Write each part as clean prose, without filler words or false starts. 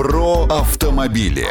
Про автомобили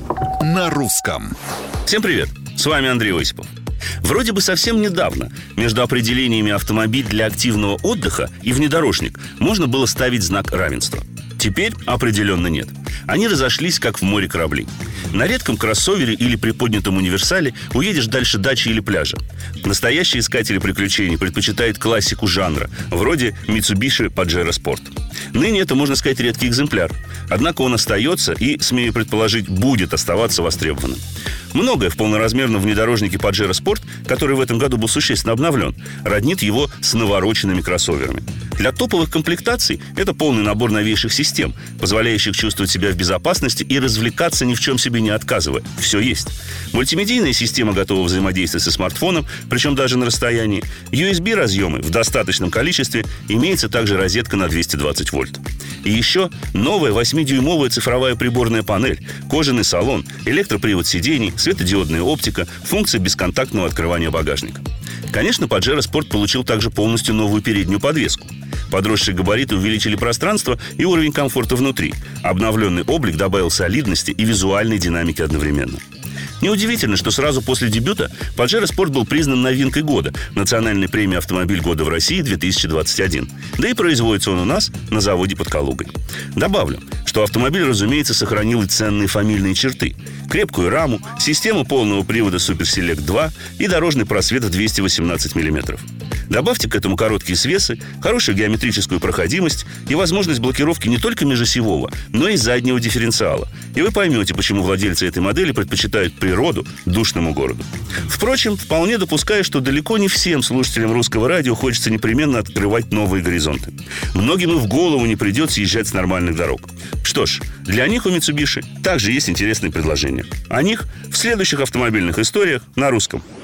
на русском. Всем привет, с вами Андрей Осипов. Вроде бы совсем недавно между определениями «автомобиль для активного отдыха» и «внедорожник» можно было ставить знак равенства. Теперь определенно нет. Они разошлись, как в море кораблей. На редком кроссовере или приподнятом универсале уедешь дальше дачи или пляжа. Настоящие искатели приключений предпочитают классику жанра, вроде Mitsubishi Pajero Sport. Ныне это, можно сказать, редкий экземпляр. Однако он остается и, смею предположить, будет оставаться востребованным. Многое в полноразмерном внедорожнике Pajero Sport, который в этом году был существенно обновлен, роднит его с навороченными кроссоверами. Для топовых комплектаций это полный набор новейших систем, позволяющих чувствовать себя в безопасности и развлекаться, ни в чем себе не отказывая. Все есть. Мультимедийная система готова взаимодействовать со смартфоном, причем даже на расстоянии. USB-разъемы в достаточном количестве, имеется также розетка на 220 вольт. И еще новая 8-дюймовая цифровая приборная панель, кожаный салон, электропривод сидений, светодиодная оптика, функция бесконтактного открывания багажника. Конечно, Pajero Sport получил также полностью новую переднюю подвеску. Подросшие габариты увеличили пространство и уровень комфорта внутри. Обновленный облик добавил солидности и визуальной динамики одновременно. Неудивительно, что сразу после дебюта Pajero Sport был признан новинкой года национальной премии «Автомобиль года в России 2021». Да и производится он у нас на заводе под Калугой. Добавлю, что автомобиль, разумеется, сохранил и ценные фамильные черты: крепкую раму, систему полного привода Super Select 2 и дорожный просвет в 218 мм. Добавьте к этому короткие свесы, хорошую геометрическую проходимость и возможность блокировки не только межосевого, но и заднего дифференциала. И вы поймете, почему владельцы этой модели предпочитают природу душному городу. Впрочем, вполне допускаю, что далеко не всем слушателям русского радио хочется непременно открывать новые горизонты. Многим и в голову не придет съезжать с нормальных дорог. Что ж, для них у Mitsubishi также есть интересные предложения. О них в следующих автомобильных историях на русском.